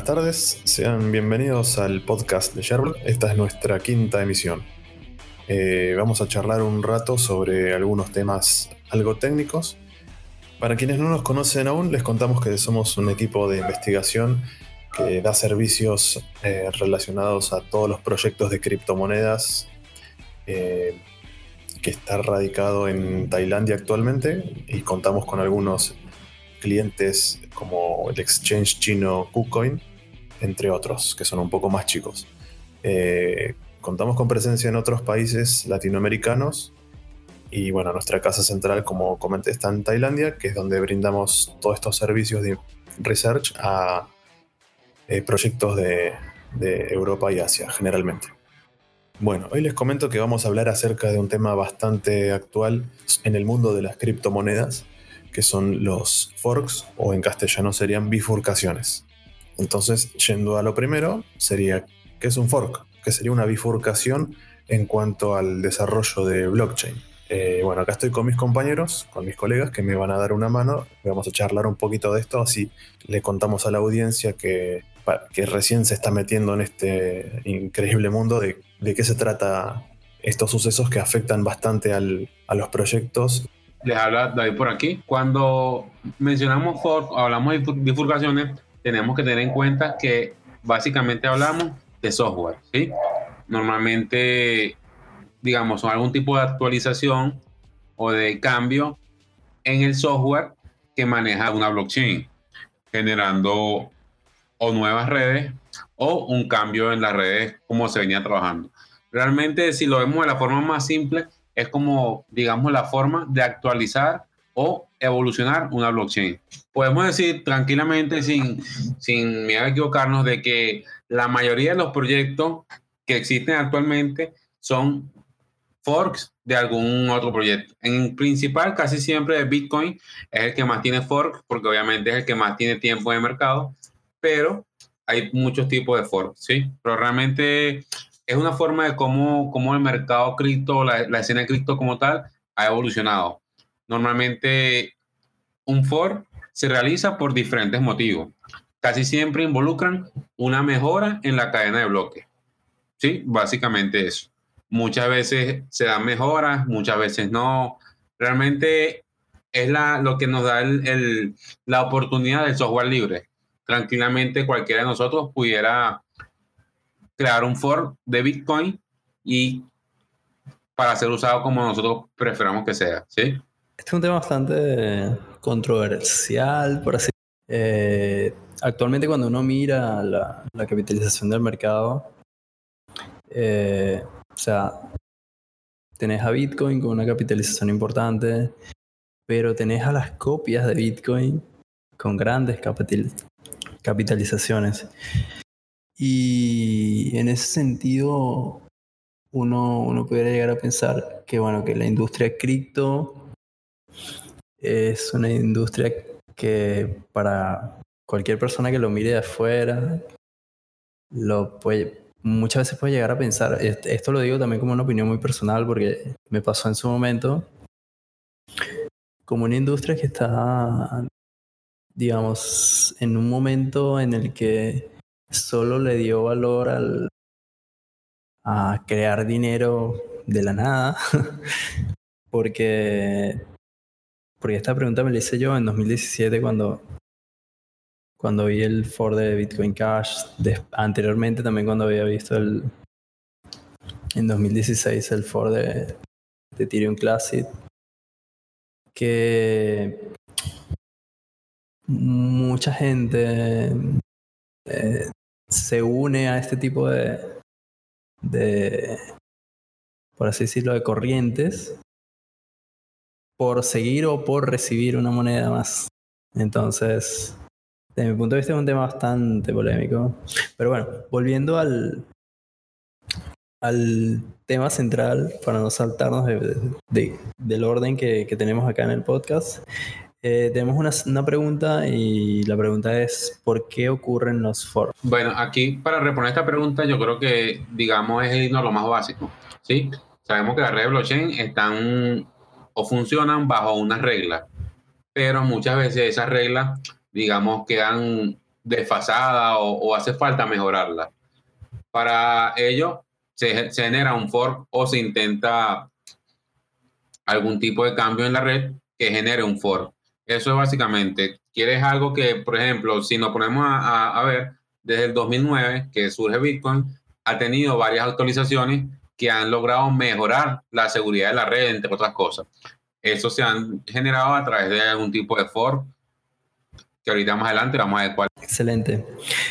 Buenas tardes, sean bienvenidos al podcast de Sherblock. Esta es nuestra quinta emisión. Vamos a charlar un rato sobre algunos temas algo técnicos. Para quienes no nos conocen aún, les contamos que somos un equipo de investigación que da servicios relacionados a todos los proyectos de criptomonedas que está radicado en Tailandia actualmente, y contamos con algunos clientes como el exchange chino KuCoin, entre otros, que son un poco más chicos. Contamos con presencia en otros países latinoamericanos y bueno, nuestra casa central, como comenté, está en Tailandia, que es donde brindamos todos estos servicios de research a proyectos de Europa y Asia, generalmente. Bueno, hoy les comento que vamos a hablar acerca de un tema bastante actual en el mundo de las criptomonedas, que son los forks, o en castellano serían bifurcaciones. Entonces, yendo a lo primero, sería, ¿qué es un fork? ¿Qué sería una bifurcación en cuanto al desarrollo de blockchain? Bueno, acá estoy con mis compañeros, con mis colegas, que me van a dar una mano. Vamos a charlar un poquito de esto, así le contamos a la audiencia que recién se está metiendo en este increíble mundo de qué se trata estos sucesos que afectan bastante a los proyectos. Les habla David por aquí. Cuando mencionamos fork, hablamos de bifurcaciones, tenemos que tener en cuenta que básicamente hablamos de software, ¿sí? Normalmente, digamos, son algún tipo de actualización o de cambio en el software que maneja una blockchain, generando o nuevas redes o un cambio en las redes como se venía trabajando. Realmente, si lo vemos de la forma más simple, es como, digamos, la forma de actualizar o evolucionar una blockchain. Podemos decir tranquilamente, sin miedo a equivocarnos, de que la mayoría de los proyectos que existen actualmente son forks de algún otro proyecto. En principal, casi siempre Bitcoin es el que más tiene forks, porque obviamente es el que más tiene tiempo de mercado, pero hay muchos tipos de forks, ¿sí? Pero realmente es una forma de cómo el mercado cripto, la escena de cripto como tal, ha evolucionado. Normalmente un fork se realiza por diferentes motivos. Casi siempre involucran una mejora en la cadena de bloques, ¿sí? Básicamente eso. Muchas veces se dan mejoras, muchas veces no. Realmente es lo que nos da la oportunidad del software libre. Tranquilamente cualquiera de nosotros pudiera crear un fork de Bitcoin y para ser usado como nosotros preferamos que sea, ¿sí? Este es un tema bastante controversial, por así decirlo. Actualmente, cuando uno mira la capitalización del mercado, o sea, tenés a Bitcoin con una capitalización importante, pero tenés a las copias de Bitcoin con grandes capitalizaciones. Y en ese sentido, uno pudiera llegar a pensar que, bueno, que la industria cripto es una industria que para cualquier persona que lo mire de afuera, muchas veces puede llegar a pensar, esto lo digo también como una opinión muy personal porque me pasó en su momento, como una industria que está, digamos, en un momento en el que solo le dio valor a crear dinero de la nada, porque esta pregunta me la hice yo en 2017 cuando vi el Ford de Bitcoin Cash, anteriormente también cuando había visto en 2016 el Ford de Ethereum Classic, que mucha gente se une a este tipo de, por así decirlo, de corrientes por seguir o por recibir una moneda más. Entonces, desde mi punto de vista es un tema bastante polémico. Pero bueno, volviendo al tema central, para no saltarnos del orden que tenemos acá en el podcast, tenemos una pregunta, y la pregunta es: ¿por qué ocurren los forks? Bueno, aquí para responder esta pregunta yo creo que, digamos, es irnos a lo más básico, ¿sí? Sabemos que las redes blockchain están o funcionan bajo unas reglas, pero muchas veces esas reglas, digamos, quedan desfasada o hace falta mejorarla. Para ello se genera un fork o se intenta algún tipo de cambio en la red que genere un fork. Eso es básicamente, quieres algo que, por ejemplo, si nos ponemos a ver, desde el 2009 que surge Bitcoin, ha tenido varias actualizaciones que han logrado mejorar la seguridad de la red, entre otras cosas. Eso se han generado a través de algún tipo de fork, que ahorita más adelante vamos a ver cuál. Excelente.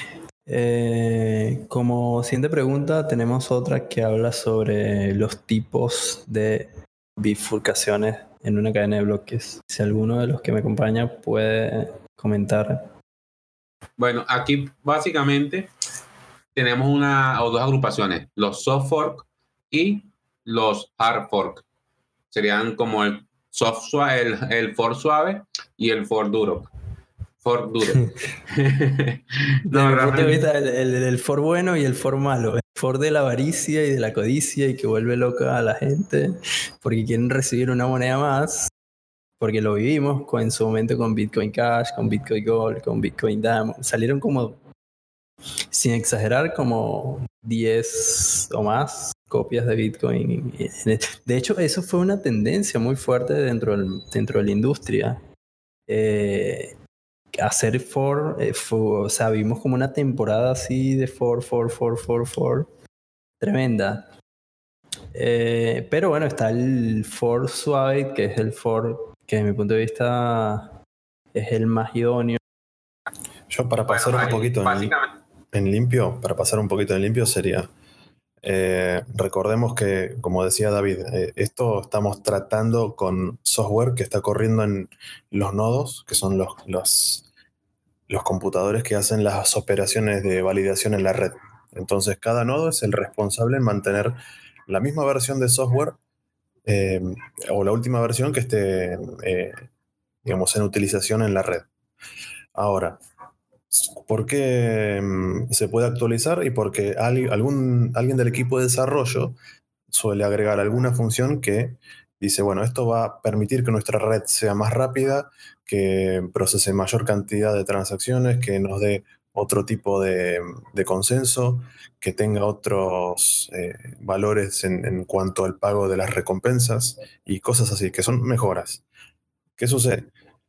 Como siguiente pregunta, tenemos otra que habla sobre los tipos de bifurcaciones en una cadena de bloques. Si alguno de los que me acompaña puede comentar. Bueno, aquí básicamente tenemos una o dos agrupaciones, los soft fork y los hard fork. Serían como el soft suave, el fork suave y el fork duro. Fork duro. No, desde mi punto de vista, el fork bueno y el fork malo. El fork de la avaricia y de la codicia y que vuelve loca a la gente porque quieren recibir una moneda más. Porque lo vivimos en su momento con Bitcoin Cash, con Bitcoin Gold, con Bitcoin Diamond. Salieron como, sin exagerar, como 10 o más copias de Bitcoin. De hecho, eso fue una tendencia muy fuerte dentro de la industria. Hacer o sea, vimos como una temporada así de for, tremenda. Pero bueno, está el for suave, que es el for que desde mi punto de vista es el más idóneo. Yo para pasar un poquito en limpio sería, recordemos que, como decía David, esto estamos tratando con software que está corriendo en los nodos, que son los computadores que hacen las operaciones de validación en la red. Entonces cada nodo es el responsable en mantener la misma versión de software o la última versión que esté, digamos, en utilización en la red. Ahora, ¿por qué se puede actualizar? Y porque alguien del equipo de desarrollo suele agregar alguna función que dice, bueno, esto va a permitir que nuestra red sea más rápida, que procese mayor cantidad de transacciones, que nos dé otro tipo de consenso, que tenga otros valores en cuanto al pago de las recompensas y cosas así, que son mejoras. ¿Qué sucede?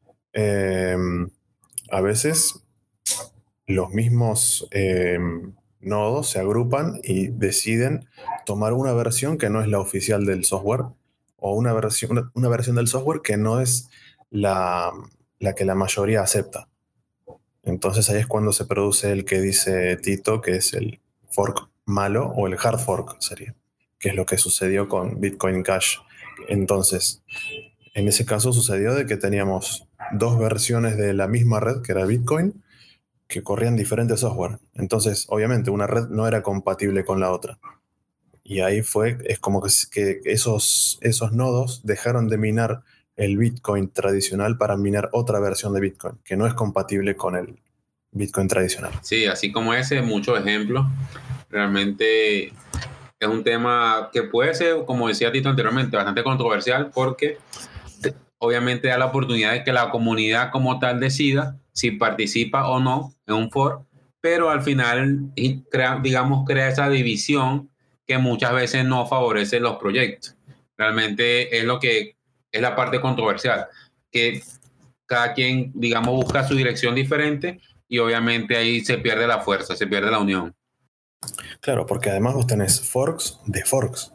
A veces los mismos nodos se agrupan y deciden tomar una versión que no es la oficial del software o una versión del software que no es la que la mayoría acepta. Entonces ahí es cuando se produce el que dice Tito, que es el fork malo o el hard fork sería, que es lo que sucedió con Bitcoin Cash. Entonces, en ese caso sucedió de que teníamos dos versiones de la misma red, que era Bitcoin, que corrían diferentes software. Entonces, obviamente, una red no era compatible con la otra. Y ahí es como que esos nodos dejaron de minar el Bitcoin tradicional para minar otra versión de Bitcoin, que no es compatible con el Bitcoin tradicional. Sí, así como ese, muchos ejemplos. Realmente es un tema que puede ser, como decía Tito anteriormente, bastante controversial porque obviamente da la oportunidad de que la comunidad como tal decida si participa o no en un foro, pero al final crea esa división que muchas veces no favorece los proyectos. Realmente es lo que es la parte controversial, que cada quien, digamos, busca su dirección diferente y obviamente ahí se pierde la fuerza, se pierde la unión. Claro, porque además vos tenés forks de forks.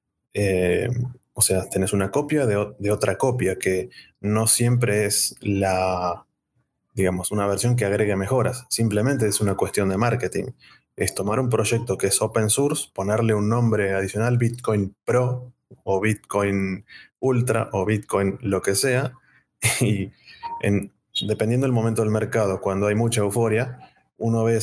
O sea, tenés una copia de otra copia que no siempre es digamos, una versión que agregue mejoras. Simplemente es una cuestión de marketing. Es tomar un proyecto que es open source, ponerle un nombre adicional, Bitcoin Pro o Bitcoin Ultra o Bitcoin lo que sea, y dependiendo del momento del mercado, cuando hay mucha euforia, uno ve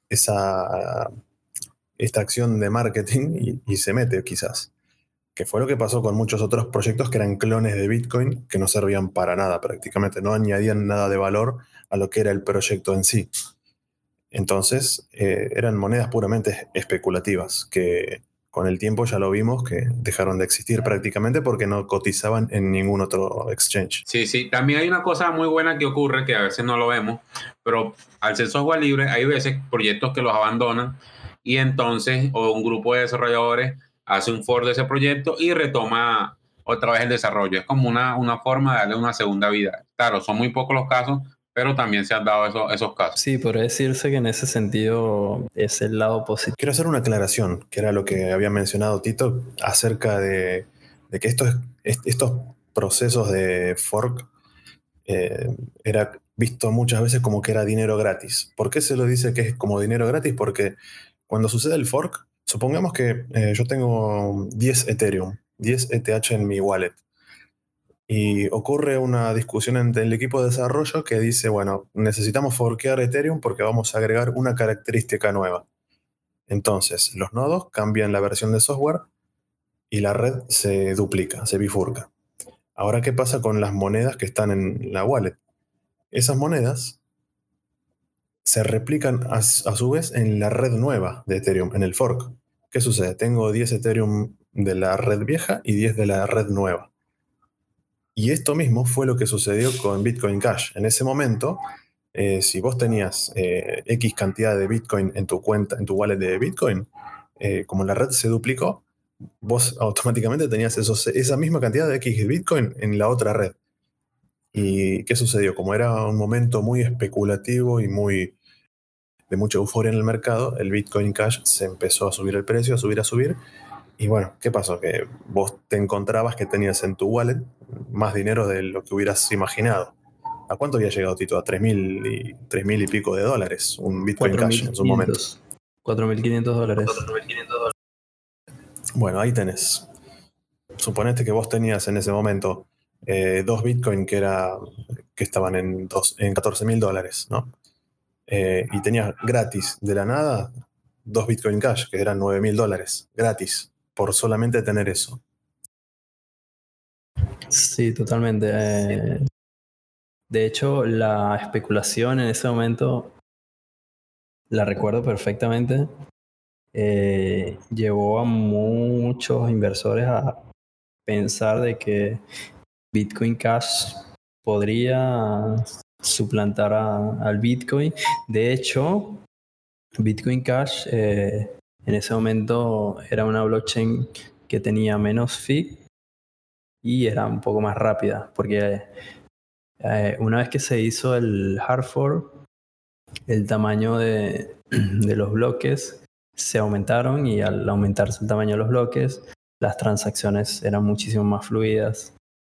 esta acción de marketing y se mete quizás. Que fue lo que pasó con muchos otros proyectos que eran clones de Bitcoin que no servían para nada prácticamente, no añadían nada de valor a lo que era el proyecto en sí. Entonces, eran monedas puramente especulativas que con el tiempo ya lo vimos que dejaron de existir prácticamente porque no cotizaban en ningún otro exchange. Sí, sí. También hay una cosa muy buena que ocurre, que a veces no lo vemos, pero al ser software libre, hay veces proyectos que los abandonan y entonces o un grupo de desarrolladores hace un fork de ese proyecto y retoma otra vez el desarrollo. Es como una forma de darle una segunda vida. Claro, son muy pocos los casos, pero también se han dado esos casos. Sí, podría decirse que en ese sentido es el lado positivo. Quiero hacer una aclaración, que era lo que había mencionado Tito, acerca de que estos procesos de fork era visto muchas veces como que era dinero gratis. ¿Por qué se lo dice que es como dinero gratis? Porque cuando sucede el fork, supongamos que yo tengo 10 Ethereum, 10 ETH en mi wallet. Y ocurre una discusión entre el equipo de desarrollo que dice, bueno, necesitamos forkear Ethereum porque vamos a agregar una característica nueva. Entonces, los nodos cambian la versión de software y la red se duplica, se bifurca. Ahora, ¿qué pasa con las monedas que están en la wallet? Esas monedas se replican a su vez en la red nueva de Ethereum, en el fork. ¿Qué sucede? Tengo 10 Ethereum de la red vieja y 10 de la red nueva. Y esto mismo fue lo que sucedió con Bitcoin Cash. En ese momento, si vos tenías X cantidad de Bitcoin en tu cuenta, en tu wallet de Bitcoin, como la red se duplicó, vos automáticamente tenías esa misma cantidad de X Bitcoin en la otra red. ¿Y qué sucedió? Como era un momento muy especulativo y de mucha euforia en el mercado, el Bitcoin Cash se empezó a subir el precio, a subir. Y bueno, ¿qué pasó? Que vos te encontrabas que tenías en tu wallet más dinero de lo que hubieras imaginado. ¿A cuánto había llegado, Tito? A 3.000 y pico de dólares un Bitcoin Cash en su momento. $4.500. Bueno, ahí tenés. Suponete que vos tenías en ese momento 2 Bitcoin que estaban en $14.000, ¿no? Y tenías gratis de la nada 2 Bitcoin Cash, que eran $9.000, gratis, por solamente tener eso. Sí, totalmente. De hecho, la especulación en ese momento, la recuerdo perfectamente, llevó a muchos inversores a pensar de que Bitcoin Cash podría suplantar al Bitcoin. De hecho, Bitcoin Cash en ese momento era una blockchain que tenía menos fee y era un poco más rápida, porque una vez que se hizo el hard fork, el tamaño de los bloques se aumentaron y al aumentarse el tamaño de los bloques, las transacciones eran muchísimo más fluidas.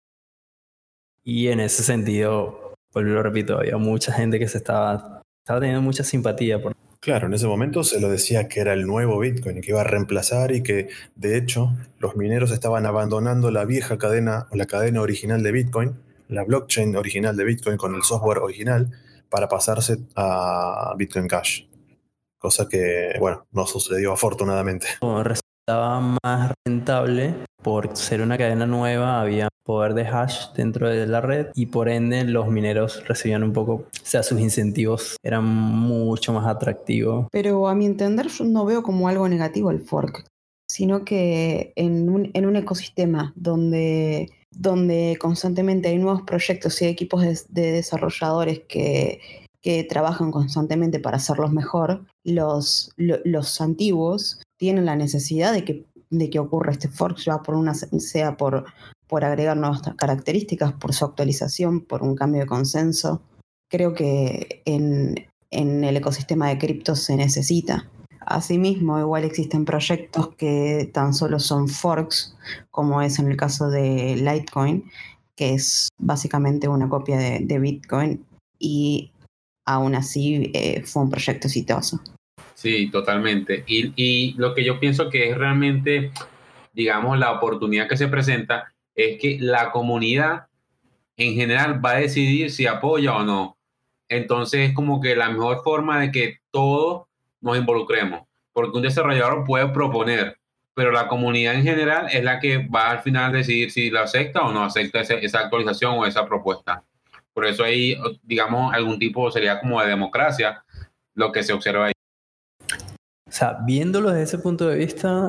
Y en ese sentido, pues lo repito, había mucha gente que estaba teniendo mucha simpatía por... Claro, en ese momento se lo decía que era el nuevo Bitcoin, que iba a reemplazar y que, de hecho, los mineros estaban abandonando la vieja cadena, o la cadena original de Bitcoin, la blockchain original de Bitcoin con el software original, para pasarse a Bitcoin Cash. Cosa que, bueno, no sucedió afortunadamente. Resultaba más rentable por ser una cadena nueva, había poder de hash dentro de la red y por ende los mineros recibían un poco, o sea, sus incentivos eran mucho más atractivos. Pero a mi entender yo no veo como algo negativo el fork, sino que en un ecosistema donde constantemente hay nuevos proyectos y hay equipos de desarrolladores que trabajan constantemente para hacerlos mejor, los antiguos tienen la necesidad de que ocurra este fork, sea por agregar nuevas características, por su actualización, por un cambio de consenso. Creo que en el ecosistema de criptos se necesita. Asimismo, igual existen proyectos que tan solo son forks, como es en el caso de Litecoin, que es básicamente una copia de Bitcoin y aún así fue un proyecto exitoso. Sí, totalmente. Y lo que yo pienso que es realmente, digamos, la oportunidad que se presenta es que la comunidad en general va a decidir si apoya o no. Entonces es como que la mejor forma de que todos nos involucremos, porque un desarrollador puede proponer, pero la comunidad en general es la que va al final a decidir si la acepta o no acepta esa actualización o esa propuesta. Por eso ahí, digamos, algún tipo sería como de democracia lo que se observa ahí. O sea, viéndolo desde ese punto de vista,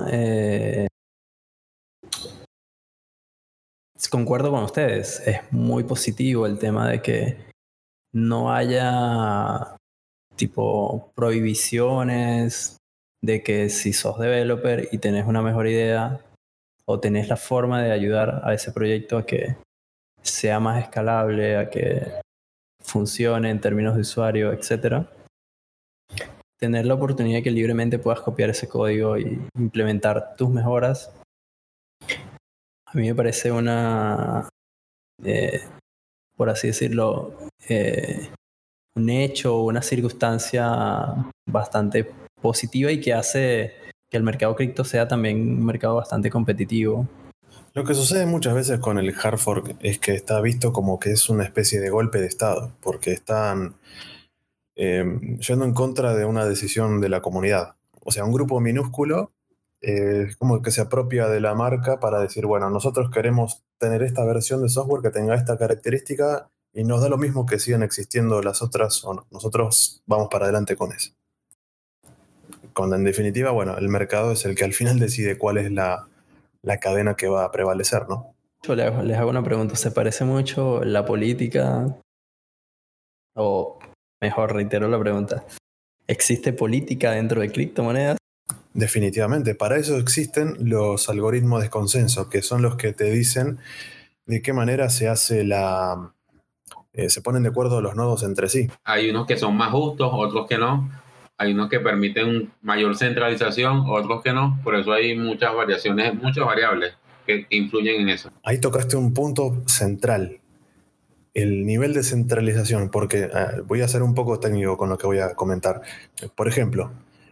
concuerdo con ustedes. Es muy positivo el tema de que no haya tipo prohibiciones de que si sos developer y tenés una mejor idea o tenés la forma de ayudar a ese proyecto a que sea más escalable, a que funcione en términos de usuario, etcétera, tener la oportunidad de que libremente puedas copiar ese código y implementar tus mejoras, a mí me parece una, por así decirlo, un hecho o una circunstancia bastante positiva y que hace que el mercado cripto sea también un mercado bastante competitivo. Lo que sucede muchas veces con el hard fork es que está visto como que es una especie de golpe de Estado, porque están yendo en contra de una decisión de la comunidad. O sea, un grupo minúsculo como que se apropia de la marca para decir, bueno, nosotros queremos tener esta versión de software que tenga esta característica y nos da lo mismo que sigan existiendo las otras o no. Nosotros vamos para adelante con eso. Cuando en definitiva, bueno, el mercado es el que al final decide cuál es la cadena que va a prevalecer, ¿no? Yo les hago una pregunta. ¿Se parece mucho la política? O mejor, reitero la pregunta. ¿Existe política dentro de criptomonedas? Definitivamente. Para eso existen los algoritmos de consenso, que son los que te dicen de qué manera se hace se ponen de acuerdo los nodos entre sí. Hay unos que son más justos, otros que no. Hay unos que permiten mayor centralización, otros que no. Por eso hay muchas variaciones, muchas variables que influyen en eso. Ahí tocaste un punto central, el nivel de centralización, porque voy a ser un poco técnico con lo que voy a comentar. Por ejemplo,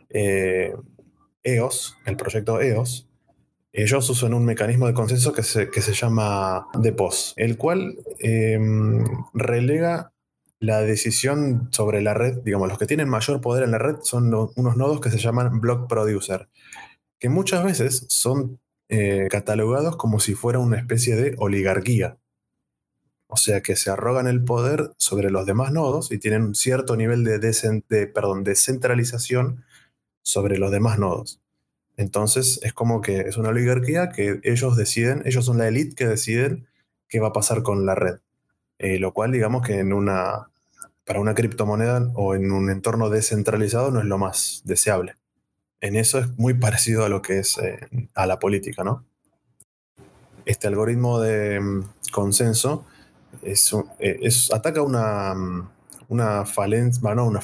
EOS, el proyecto EOS, ellos usan un mecanismo de consenso que se llama DPoS, el cual relega la decisión sobre la red. Digamos, los que tienen mayor poder en la red son unos nodos que se llaman block producer, que muchas veces son catalogados como si fuera una especie de oligarquía. O sea que se arrogan el poder sobre los demás nodos y tienen un cierto nivel de descentralización sobre los demás nodos. Entonces es como que es una oligarquía que ellos deciden, ellos son la élite que deciden qué va a pasar con la red. Lo cual, digamos que para una criptomoneda o en un entorno descentralizado no es lo más deseable. En eso es muy parecido a lo que es a la política, ¿no? Este algoritmo de consenso ataca una falencia,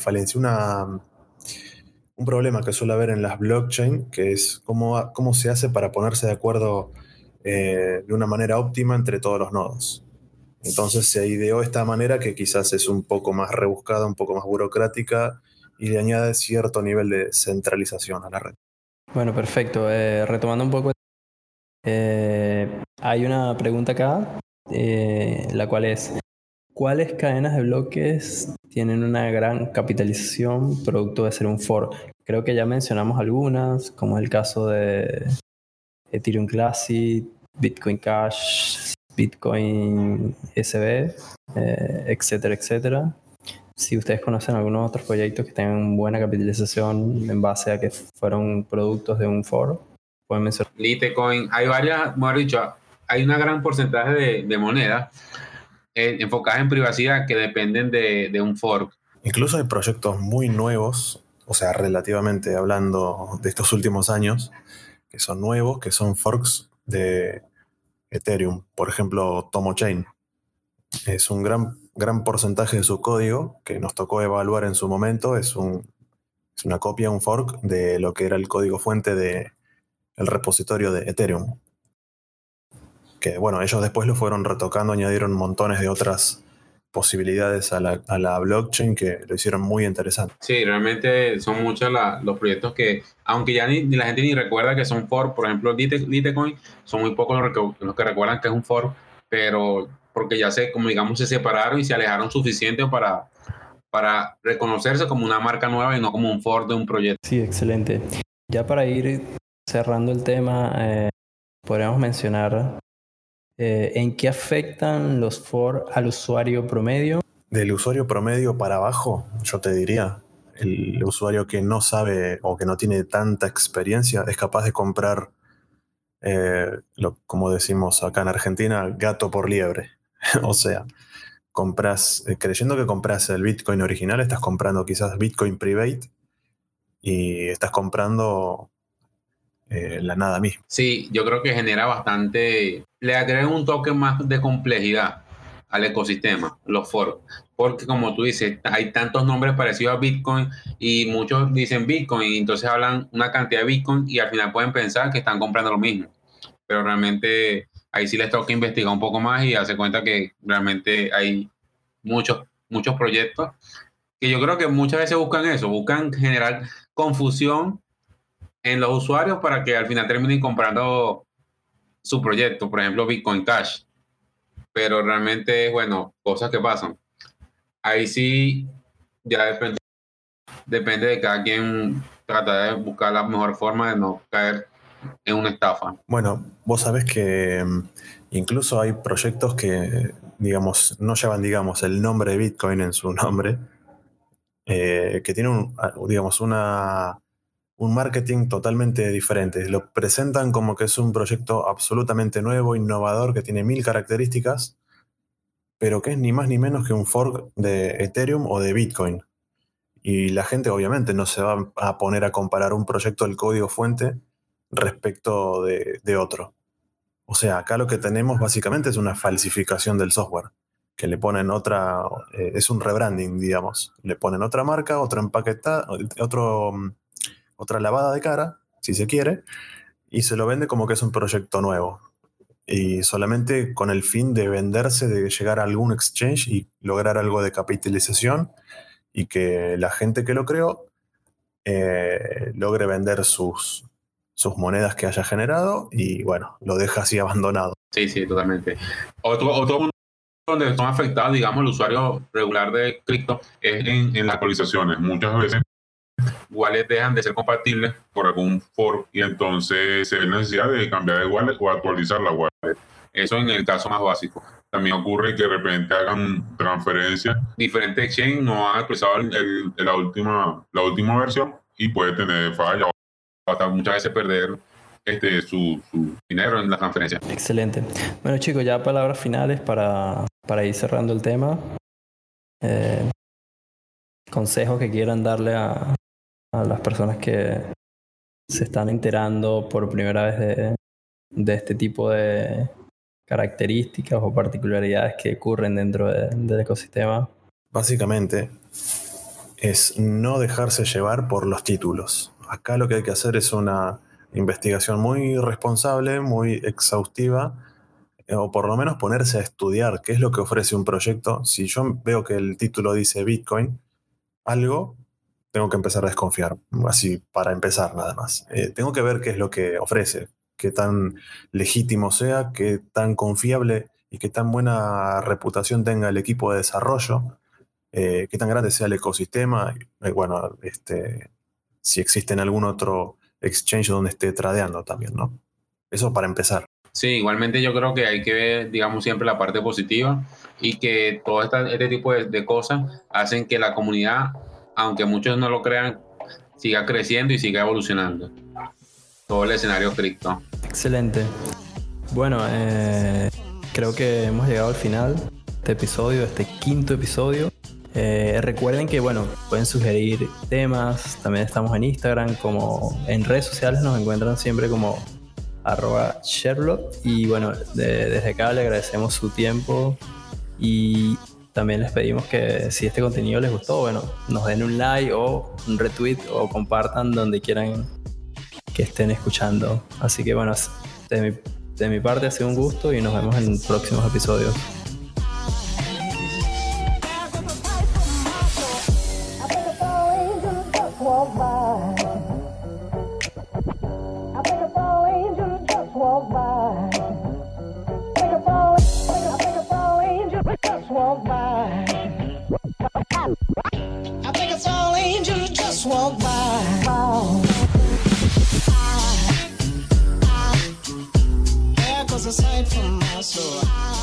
un problema que suele haber en las blockchain, que es cómo se hace para ponerse de acuerdo de una manera óptima entre todos los nodos. Entonces se ideó esta manera que quizás es un poco más rebuscada, un poco más burocrática y le añade cierto nivel de centralización a la red. Bueno, perfecto. Retomando un poco, hay una pregunta acá, la cual es, ¿cuáles cadenas de bloques tienen una gran capitalización producto de ser un fork? Creo que ya mencionamos algunas, como es el caso de Ethereum Classic, Bitcoin Cash, Bitcoin SB, etcétera, etcétera. Si ustedes conocen algunos otros proyectos que tengan buena capitalización en base a que fueron productos de un foro, pueden mencionar. Litecoin, hay varias, mejor dicho, hay una gran porcentaje de monedas enfocadas en privacidad que dependen de un fork. Incluso hay proyectos muy nuevos, o sea, relativamente hablando de estos últimos años, que son nuevos, que son forks de Ethereum. Por ejemplo, TomoChain. Es un gran porcentaje de su código que nos tocó evaluar en su momento. Es una copia, un fork de lo que era el código fuente del repositorio de Ethereum. Que bueno, ellos después lo fueron retocando, añadieron montones de otras posibilidades a la blockchain que lo hicieron muy interesante. Sí, realmente son muchos los proyectos que, aunque ya ni la gente ni recuerda que son fork, por ejemplo, Litecoin, son muy pocos los que recuerdan que es un fork, pero porque ya como digamos, se separaron y se alejaron suficiente para reconocerse como una marca nueva y no como un fork de un proyecto. Sí, excelente. Ya para ir cerrando el tema, podríamos mencionar ¿en qué afectan los forks al usuario promedio? Del usuario promedio para abajo, yo te diría, el usuario que no sabe o que no tiene tanta experiencia es capaz de comprar, como decimos acá en Argentina, gato por liebre. O sea, compras, creyendo que compras el Bitcoin original, estás comprando quizás Bitcoin Private y estás comprando la nada misma. Sí, yo creo que genera bastante, le agrega un toque más de complejidad al ecosistema, los foros, porque como tú dices, hay tantos nombres parecidos a Bitcoin y muchos dicen Bitcoin y entonces hablan una cantidad de Bitcoin y al final pueden pensar que están comprando lo mismo, pero realmente ahí sí les toca investigar un poco más y darse cuenta que realmente hay muchos proyectos que yo creo que muchas veces buscan eso, buscan generar confusión en los usuarios para que al final terminen comprando su proyecto, por ejemplo Bitcoin Cash, pero realmente, bueno, cosas que pasan. Ahí sí ya depende de cada quien tratar de buscar la mejor forma de no caer en una estafa. Bueno, vos sabés que incluso hay proyectos que, digamos, no llevan, digamos, el nombre de Bitcoin en su nombre, que tienen, digamos, un marketing totalmente diferente. Lo presentan como que es un proyecto absolutamente nuevo, innovador, que tiene 1000 características, pero que es ni más ni menos que un fork de Ethereum o de Bitcoin. Y la gente obviamente no se va a poner a comparar un proyecto del código fuente respecto de otro. O sea, acá lo que tenemos básicamente es una falsificación del software, que le ponen otra, es un rebranding, digamos. Le ponen otra marca, otro empaquetado, otra lavada de cara, si se quiere, y se lo vende como que es un proyecto nuevo. Y solamente con el fin de venderse, de llegar a algún exchange y lograr algo de capitalización y que la gente que lo creó logre vender sus monedas que haya generado y bueno, lo deja así abandonado. Sí, sí, totalmente. Otro punto donde son afectados, digamos, el usuario regular de cripto es en las actualizaciones. Muchas veces wallets dejan de ser compatibles por algún fork y entonces se ve la necesidad de cambiar de wallet o actualizar la wallet. Eso en el caso más básico. También ocurre que de repente hagan transferencias. Diferentes exchanges no han actualizado la última versión y puede tener falla o hasta muchas veces perder su dinero en la transferencia. Excelente. Bueno, chicos, ya palabras finales para ir cerrando el tema. Consejos que quieran darle a las personas que se están enterando por primera vez de este tipo de características o particularidades que ocurren dentro del ecosistema. Básicamente es no dejarse llevar por los títulos. Acá lo que hay que hacer es una investigación muy responsable, muy exhaustiva, o por lo menos ponerse a estudiar qué es lo que ofrece un proyecto. Si yo veo que el título dice Bitcoin, algo, tengo que empezar a desconfiar, así para empezar nada más. Tengo que ver qué es lo que ofrece, qué tan legítimo sea, qué tan confiable y qué tan buena reputación tenga el equipo de desarrollo, qué tan grande sea el ecosistema, bueno, si existe en algún otro exchange donde esté tradeando también, ¿no? Eso para empezar. Sí, igualmente yo creo que hay que ver, digamos, siempre la parte positiva y que todo este tipo de cosas hacen que la comunidad, aunque muchos no lo crean, siga creciendo y siga evolucionando. Todo el escenario cripto. Excelente. Bueno, creo que hemos llegado al final de este episodio, este quinto episodio. Recuerden que, bueno, pueden sugerir temas. También estamos en Instagram, como en redes sociales nos encuentran siempre como @Sherlock. Y bueno, desde acá le agradecemos su tiempo y también les pedimos que si este contenido les gustó, bueno, nos den un like o un retweet o compartan donde quieran que estén escuchando. Así que bueno, de mi parte ha sido un gusto y nos vemos en próximos episodios. Walk by. There goes a sight from my soul.